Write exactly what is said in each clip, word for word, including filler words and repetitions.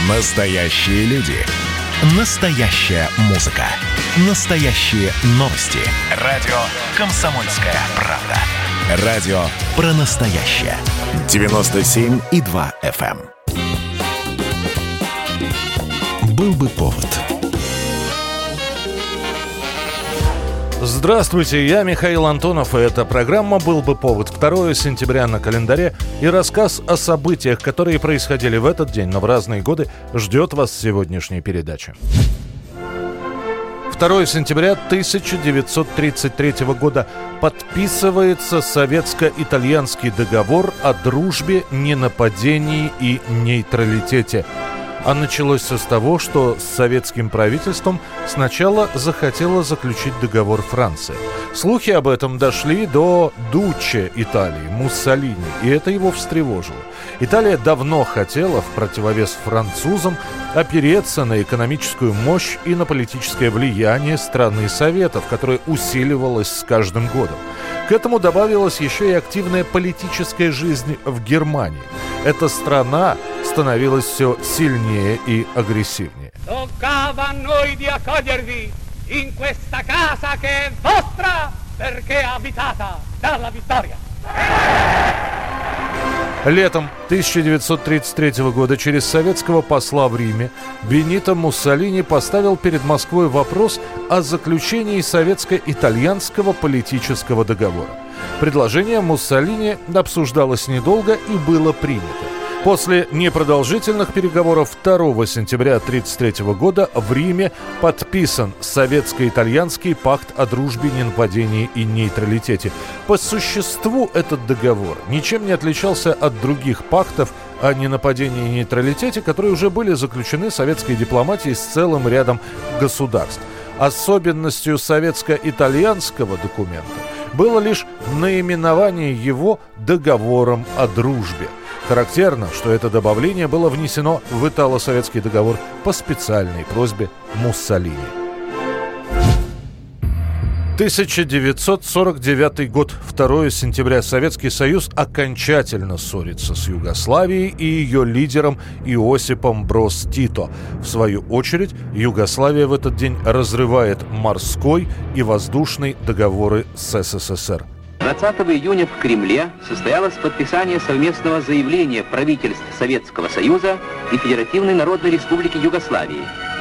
Настоящие люди. Настоящая музыка. Настоящие новости. Радио «Комсомольская правда». Радио про настоящее. девяносто семь и два эф эм. Был бы повод. Здравствуйте, я Михаил Антонов, и эта программа «Был бы повод». второго сентября на календаре, и рассказ о событиях, которые происходили в этот день, но в разные годы, ждет вас в сегодняшней передаче. второго сентября тысяча девятьсот тридцать третьего года подписывается советско-итальянский договор о дружбе, ненападении и нейтралитете. А началось все с того, что с советским правительством сначала захотела заключить договор Франция. Слухи об этом дошли до дучче Италии, Муссолини, и это его встревожило. Италия давно хотела, в противовес французам, опереться на экономическую мощь и на политическое влияние страны Советов, которое усиливалось с каждым годом. К этому добавилась еще и активная политическая жизнь в Германии. Эта страна становилась все сильнее и агрессивнее. Летом тысяча девятьсот тридцать третьего года через советского посла в Риме Бенито Муссолини поставил перед Москвой вопрос о заключении советско-итальянского политического договора. Предложение Муссолини обсуждалось недолго и было принято. После непродолжительных переговоров второго сентября тысяча девятьсот тридцать третьего года в Риме подписан советско-итальянский пакт о дружбе, ненападении и нейтралитете. По существу этот договор ничем не отличался от других пактов о ненападении и нейтралитете, которые уже были заключены советской дипломатией с целым рядом государств. Особенностью советско-итальянского документа было лишь наименование его договором о дружбе. Характерно, что это добавление было внесено в итало-советский договор по специальной просьбе Муссолини. тысяча девятьсот сорок девятый год, второго сентября, Советский Союз окончательно ссорится с Югославией и ее лидером Иосипом Броз Тито. В свою очередь, Югославия в этот день разрывает морской и воздушный договоры с эс эс эс эр. двадцатого июня в Кремле состоялось подписание совместного заявления правительств Советского Союза и Федеративной Народной Республики Югославии.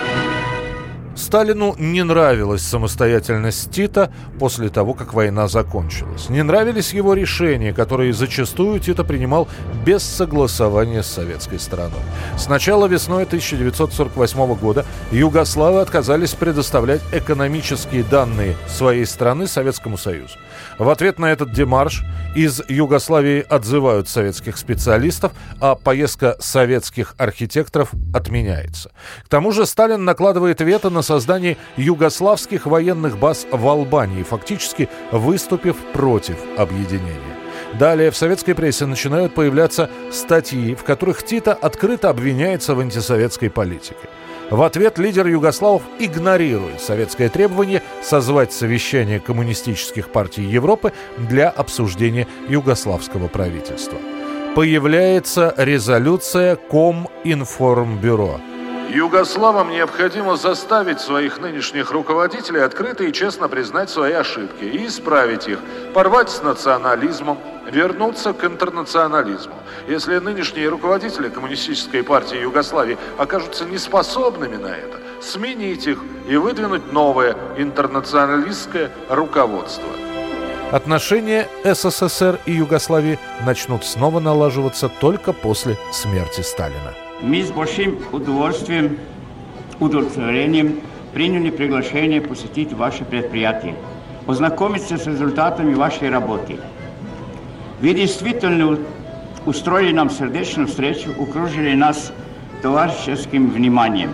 Сталину не нравилась самостоятельность Тита после того, как война закончилась. Не нравились его решения, которые зачастую Тито принимал без согласования с советской стороной. Сначала весной тысяча девятьсот сорок восьмого года югославы отказались предоставлять экономические данные своей страны Советскому Союзу. В ответ на этот демарш из Югославии отзывают советских специалистов, а поездка советских архитекторов отменяется. К тому же Сталин накладывает вето на создание югославских военных баз в Албании, фактически выступив против объединения. Далее в советской прессе начинают появляться статьи, в которых Тито открыто обвиняется в антисоветской политике. В ответ лидер югославов игнорирует советское требование созвать совещание коммунистических партий Европы для обсуждения югославского правительства. Появляется резолюция Коминформбюро. Югославам необходимо заставить своих нынешних руководителей открыто и честно признать свои ошибки и исправить их, порвать с национализмом, вернуться к интернационализму. Если нынешние руководители Коммунистической партии Югославии окажутся неспособными на это, сменить их и выдвинуть новое интернационалистское руководство. Отношения эс эс эс эр и Югославии начнут снова налаживаться только после смерти Сталина. Мы с большим удовольствием, удовлетворением приняли приглашение посетить ваше предприятие, познакомиться с результатами вашей работы. Вы действительно устроили нам сердечную встречу, окружили нас товарищеским вниманием.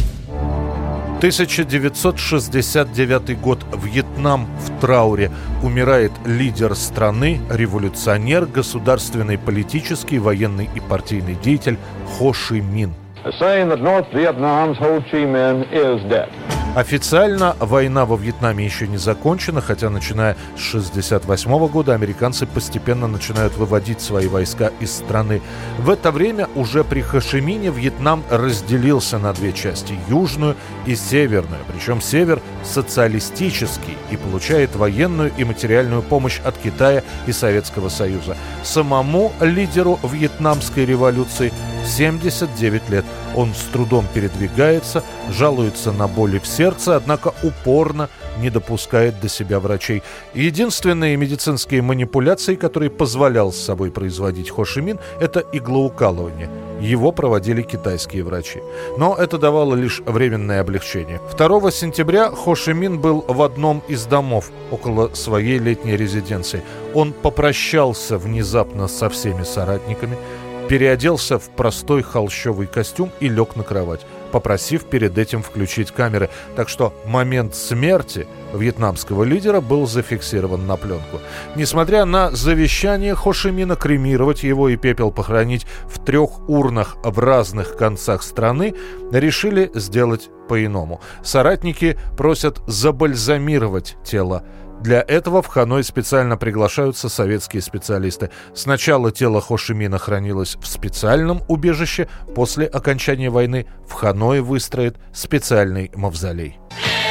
тысяча девятьсот шестьдесят девятый год. Вьетнам в трауре. Умирает лидер страны, революционер, государственный, политический, военный и партийный деятель Хо Ши Мин. Официально война во Вьетнаме еще не закончена, хотя начиная с шестьдесят восьмого года американцы постепенно начинают выводить свои войска из страны. В это время уже при Хо Ши Мине Вьетнам разделился на две части – южную и северную. Причем север социалистический и получает военную и материальную помощь от Китая и Советского Союза. Самому лидеру Вьетнамской революции семьдесят девять лет. Он с трудом передвигается, жалуется на боли в сердце, однако упорно не допускает до себя врачей. Единственные медицинские манипуляции, которые позволял с собой производить Хо Ши Мин, это иглоукалывание. Его проводили китайские врачи. Но это давало лишь временное облегчение. второго сентября Хо Ши Мин был в одном из домов около своей летней резиденции. Он попрощался внезапно со всеми соратниками, переоделся в простой холщовый костюм и лег на кровать, попросив перед этим включить камеры. Так что момент смерти вьетнамского лидера был зафиксирован на пленку. Несмотря на завещание Хо Ши Мина кремировать его и пепел похоронить в трех урнах в разных концах страны, решили сделать по-иному. Соратники просят забальзамировать тело. Для этого в Ханой специально приглашаются советские специалисты. Сначала тело Хо Ши Мина хранилось в специальном убежище, после окончания войны в Ханое выстроят специальный мавзолей.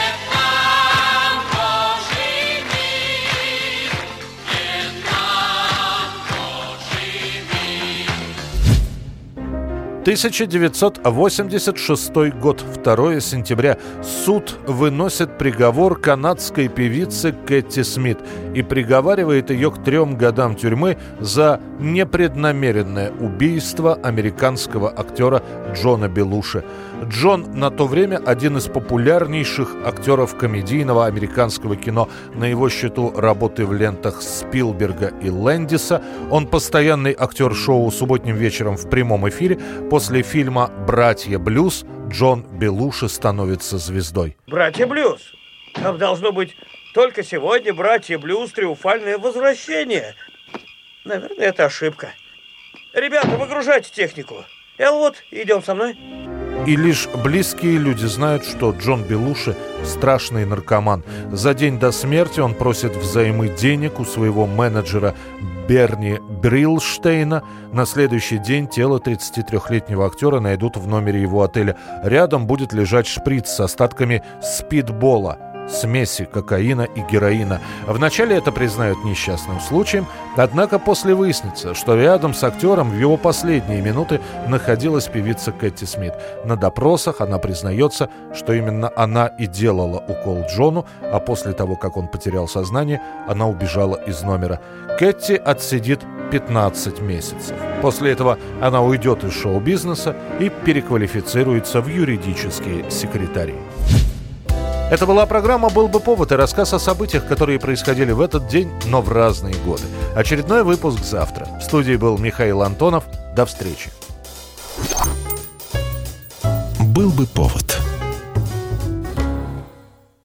тысяча девятьсот восемьдесят шестой год, второго сентября. Суд выносит приговор канадской певице Кэти Смит и приговаривает ее к трем годам тюрьмы за непреднамеренное убийство американского актера Джона Белуши. Джон на то время один из популярнейших актеров комедийного американского кино. На его счету работы в лентах Спилберга и Лэндиса. Он постоянный актер шоу «Субботним вечером» в прямом эфире. После фильма «Братья Блюз» Джон Белуши становится звездой. «Братья Блюз». Там должно быть только сегодня «Братья Блюз. Триумфальное возвращение». Наверное, это ошибка. Ребята, выгружайте технику. Элвуд, идем со мной. И лишь близкие люди знают, что Джон Белуши – страшный наркоман. За день до смерти он просит взаймы денег у своего менеджера Берни Бриллштейна. На следующий день тело тридцатитрёхлетнего актера найдут в номере его отеля. Рядом будет лежать шприц с остатками спидбола, смеси кокаина и героина. Вначале это признают несчастным случаем, однако после выяснится, что рядом с актером в его последние минуты находилась певица Кэти Смит. На допросах она признается, что именно она и делала укол Джону, а после того, как он потерял сознание, она убежала из номера. Кэти отсидит пятнадцать месяцев. После этого она уйдет из шоу-бизнеса и переквалифицируется в юридические секретари. Это была программа «Был бы повод» и рассказ о событиях, которые происходили в этот день, но в разные годы. Очередной выпуск завтра. В студии был Михаил Антонов. До встречи. «Был бы повод».